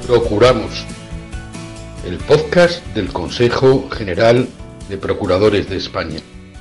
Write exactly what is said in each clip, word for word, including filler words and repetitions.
Procuramos, el podcast del Consejo General de Procuradores de España.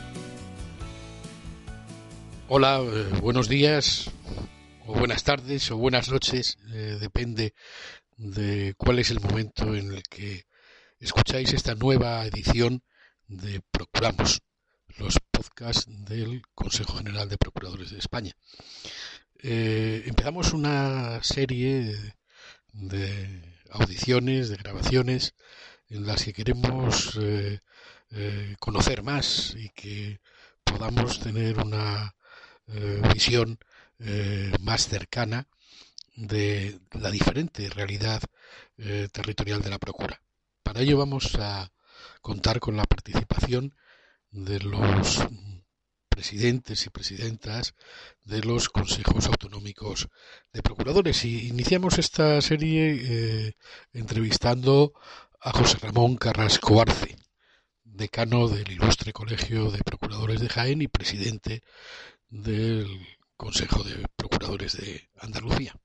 Hola, eh, buenos días, o buenas tardes, o buenas noches, eh, depende de cuál es el momento en el que escucháis esta nueva edición de Procuramos, los podcasts del Consejo General de Procuradores de España. Eh, empezamos una serie de audiciones, de grabaciones, en las que queremos eh, eh, conocer más y que podamos tener una eh, visión eh, más cercana de la diferente realidad eh, territorial de la Procura. Para ello vamos a contar con la participación de los presidentes y presidentas de los consejos autonómicos de procuradores, y iniciamos esta serie eh, entrevistando a José Ramón Carrasco Arce, decano del Ilustre Colegio de Procuradores de Jaén y presidente del Consejo de Procuradores de Andalucía.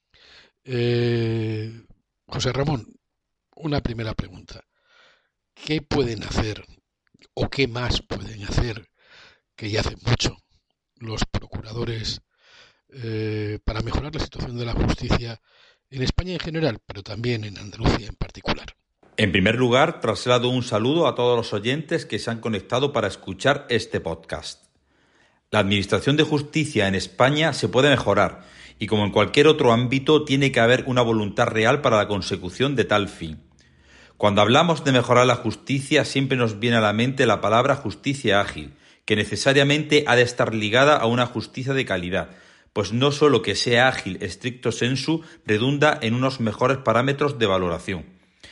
Eh, José Ramón, una primera pregunta. ¿Qué pueden hacer o qué más pueden hacer, que ya hacen mucho, los procuradores eh, para mejorar la situación de la justicia en España en general, pero también en Andalucía en particular? En primer lugar, traslado un saludo a todos los oyentes que se han conectado para escuchar este podcast. La Administración de Justicia en España se puede mejorar y, como en cualquier otro ámbito, tiene que haber una voluntad real para la consecución de tal fin. Cuando hablamos de mejorar la justicia, siempre nos viene a la mente la palabra justicia ágil, que necesariamente ha de estar ligada a una justicia de calidad, pues no solo que sea ágil stricto sensu redunda en unos mejores parámetros de valoración.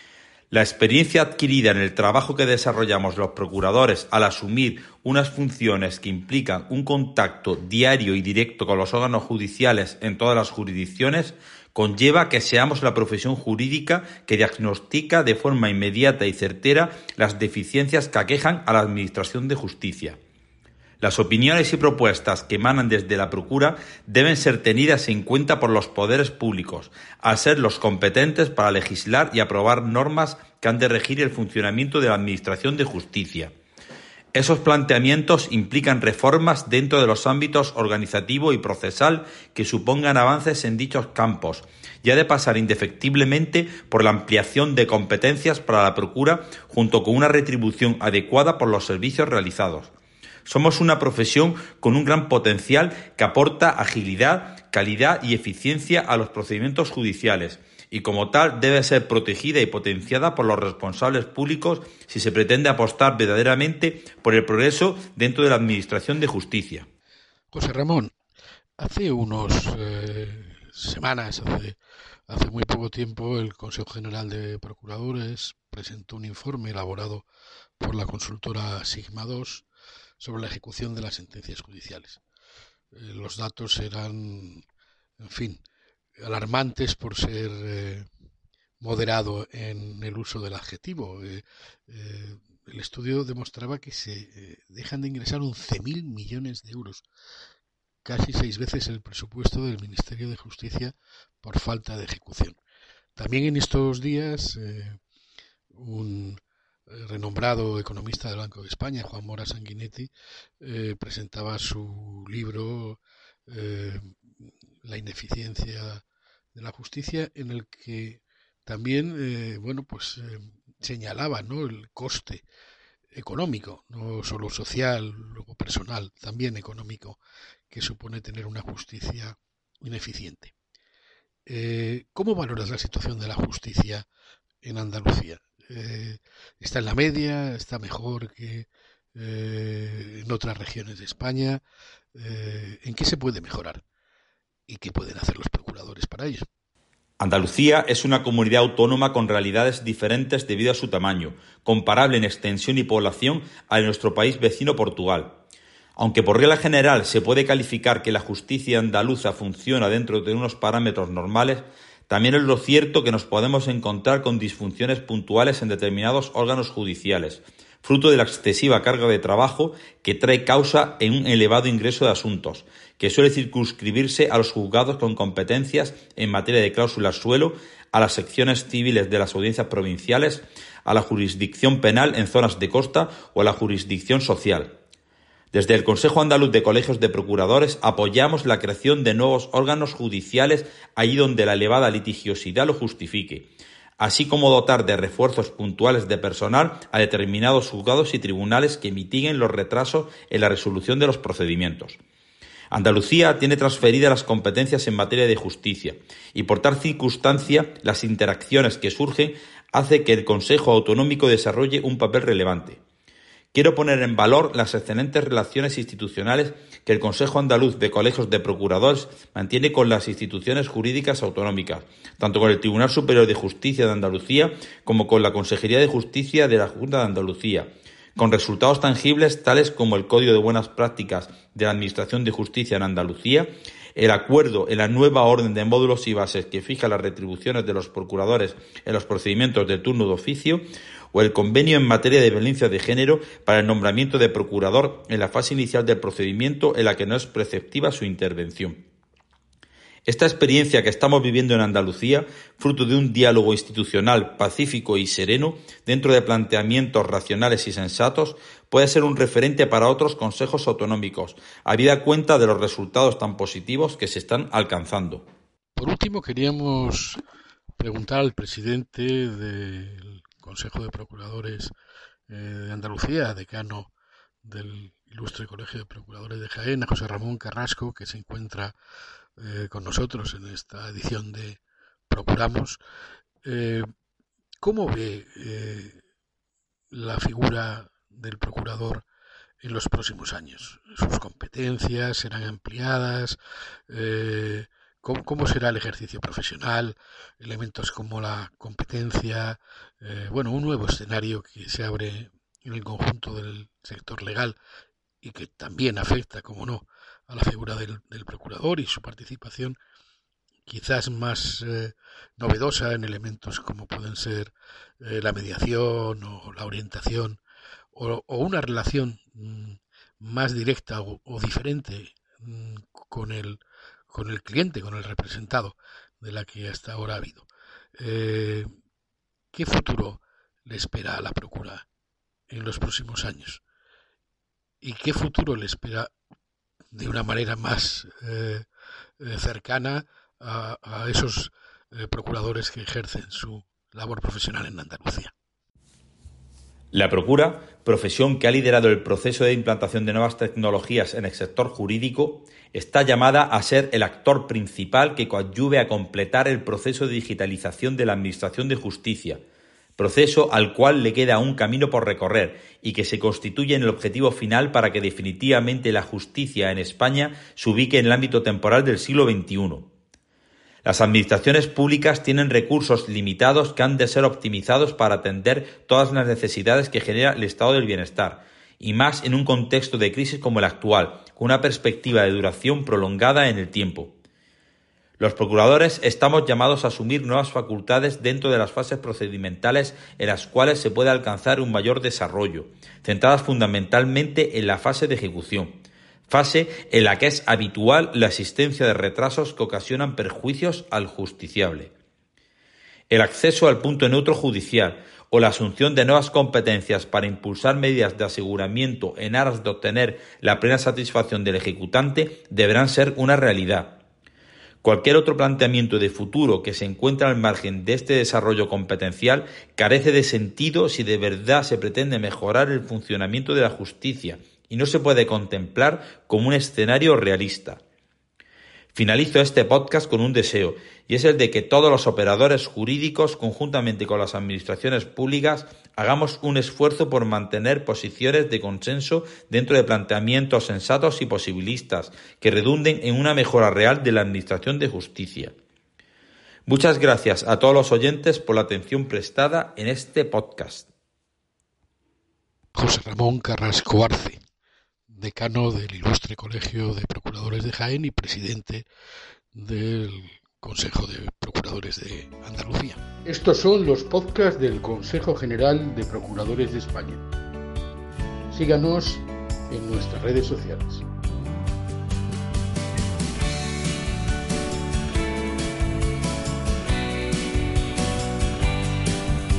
La experiencia adquirida en el trabajo que desarrollamos los procuradores al asumir unas funciones que implican un contacto diario y directo con los órganos judiciales en todas las jurisdicciones conlleva que seamos la profesión jurídica que diagnostica de forma inmediata y certera las deficiencias que aquejan a la Administración de Justicia. Las opiniones y propuestas que emanan desde la Procura deben ser tenidas en cuenta por los poderes públicos, al ser los competentes para legislar y aprobar normas que han de regir el funcionamiento de la Administración de Justicia. Esos planteamientos implican reformas dentro de los ámbitos organizativo y procesal que supongan avances en dichos campos, y ha de pasar indefectiblemente por la ampliación de competencias para la Procura, junto con una retribución adecuada por los servicios realizados. Somos una profesión con un gran potencial que aporta agilidad, calidad y eficiencia a los procedimientos judiciales, y como tal debe ser protegida y potenciada por los responsables públicos si se pretende apostar verdaderamente por el progreso dentro de la Administración de Justicia. José Ramón, hace unos eh, semanas, hace, hace muy poco tiempo, el Consejo General de Procuradores presentó un informe elaborado por la consultora Sigma dos sobre la ejecución de las sentencias judiciales. Eh, los datos eran, en fin, alarmantes por ser eh, moderado en el uso del adjetivo. Eh, eh, el estudio demostraba que se eh, dejan de ingresar once mil millones de euros, casi seis veces el presupuesto del Ministerio de Justicia, por falta de ejecución. También en estos días eh, un renombrado economista del Banco de España, Juan Mora Sanguinetti, eh, presentaba su libro eh, La ineficiencia de la justicia, en el que también eh, bueno pues eh, señalaba, ¿no?, el coste económico, no solo social o personal, también económico, que supone tener una justicia ineficiente. Eh, ¿Cómo valoras la situación de la justicia en Andalucía? Eh, ¿Está en la media? ¿Está mejor que eh, en otras regiones de España? Eh, ¿En qué se puede mejorar? ¿Y qué pueden hacer los procuradores para ello? Andalucía es una comunidad autónoma con realidades diferentes debido a su tamaño, comparable en extensión y población a nuestro país vecino Portugal. Aunque por regla general se puede calificar que la justicia andaluza funciona dentro de unos parámetros normales, también es lo cierto que nos podemos encontrar con disfunciones puntuales en determinados órganos judiciales, fruto de la excesiva carga de trabajo que trae causa en un elevado ingreso de asuntos, que suele circunscribirse a los juzgados con competencias en materia de cláusulas suelo, a las secciones civiles de las audiencias provinciales, a la jurisdicción penal en zonas de costa o a la jurisdicción social. Desde el Consejo Andaluz de Colegios de Procuradores apoyamos la creación de nuevos órganos judiciales allí donde la elevada litigiosidad lo justifique, así como dotar de refuerzos puntuales de personal a determinados juzgados y tribunales que mitiguen los retrasos en la resolución de los procedimientos. Andalucía tiene transferidas las competencias en materia de justicia y por tal circunstancia las interacciones que surgen hace que el Consejo Autonómico desarrolle un papel relevante. Quiero poner en valor las excelentes relaciones institucionales que el Consejo Andaluz de Colegios de Procuradores mantiene con las instituciones jurídicas autonómicas, tanto con el Tribunal Superior de Justicia de Andalucía como con la Consejería de Justicia de la Junta de Andalucía, con resultados tangibles tales como el Código de Buenas Prácticas de la Administración de Justicia en Andalucía, el acuerdo en la nueva orden de módulos y bases que fija las retribuciones de los procuradores en los procedimientos de turno de oficio, o el convenio en materia de violencia de género para el nombramiento de procurador en la fase inicial del procedimiento en la que no es preceptiva su intervención. Esta experiencia que estamos viviendo en Andalucía, fruto de un diálogo institucional pacífico y sereno, dentro de planteamientos racionales y sensatos, puede ser un referente para otros consejos autonómicos, habida cuenta de los resultados tan positivos que se están alcanzando. Por último, queríamos preguntar al presidente del Consejo de Procuradores eh, de Andalucía, decano del Ilustre Colegio de Procuradores de Jaén, a José Ramón Carrasco, que se encuentra eh, con nosotros en esta edición de Procuramos. Eh, ¿Cómo ve eh, la figura del procurador en los próximos años? ¿Sus competencias serán ampliadas? Eh, ¿Cómo, ¿Cómo será el ejercicio profesional? Elementos como la competencia, eh, bueno, un nuevo escenario que se abre en el conjunto del sector legal y que también afecta, como no, a la figura del, del procurador y su participación quizás más eh, novedosa en elementos como pueden ser eh, la mediación o la orientación o, o una relación mm, más directa o, o diferente mm, con el con el cliente, con el representado, de la que hasta ahora ha habido. Eh, ¿Qué futuro le espera a la Procura en los próximos años? ¿Y qué futuro le espera de una manera más eh, eh, cercana a, a esos eh, procuradores que ejercen su labor profesional en Andalucía? La Procura, profesión que ha liderado el proceso de implantación de nuevas tecnologías en el sector jurídico, está llamada a ser el actor principal que coadyuve a completar el proceso de digitalización de la Administración de Justicia, proceso al cual le queda un camino por recorrer y que se constituye en el objetivo final para que definitivamente la justicia en España se ubique en el ámbito temporal del siglo veintiuno. Las administraciones públicas tienen recursos limitados que han de ser optimizados para atender todas las necesidades que genera el estado del bienestar, y más en un contexto de crisis como el actual, con una perspectiva de duración prolongada en el tiempo. Los procuradores estamos llamados a asumir nuevas facultades dentro de las fases procedimentales en las cuales se puede alcanzar un mayor desarrollo, centradas fundamentalmente en la fase de ejecución, fase en la que es habitual la existencia de retrasos que ocasionan perjuicios al justiciable. El acceso al punto neutro judicial o la asunción de nuevas competencias para impulsar medidas de aseguramiento en aras de obtener la plena satisfacción del ejecutante deberán ser una realidad. Cualquier otro planteamiento de futuro que se encuentre al margen de este desarrollo competencial carece de sentido si de verdad se pretende mejorar el funcionamiento de la justicia y no se puede contemplar como un escenario realista. Finalizo este podcast con un deseo, y es el de que todos los operadores jurídicos, conjuntamente con las administraciones públicas, hagamos un esfuerzo por mantener posiciones de consenso dentro de planteamientos sensatos y posibilistas que redunden en una mejora real de la administración de justicia. Muchas gracias a todos los oyentes por la atención prestada en este podcast. José Ramón Carrasco Arce, decano del Ilustre Colegio de Procuradores de Jaén y presidente del Consejo de Procuradores de Andalucía. Estos son los podcasts del Consejo General de Procuradores de España. Síganos en nuestras redes sociales.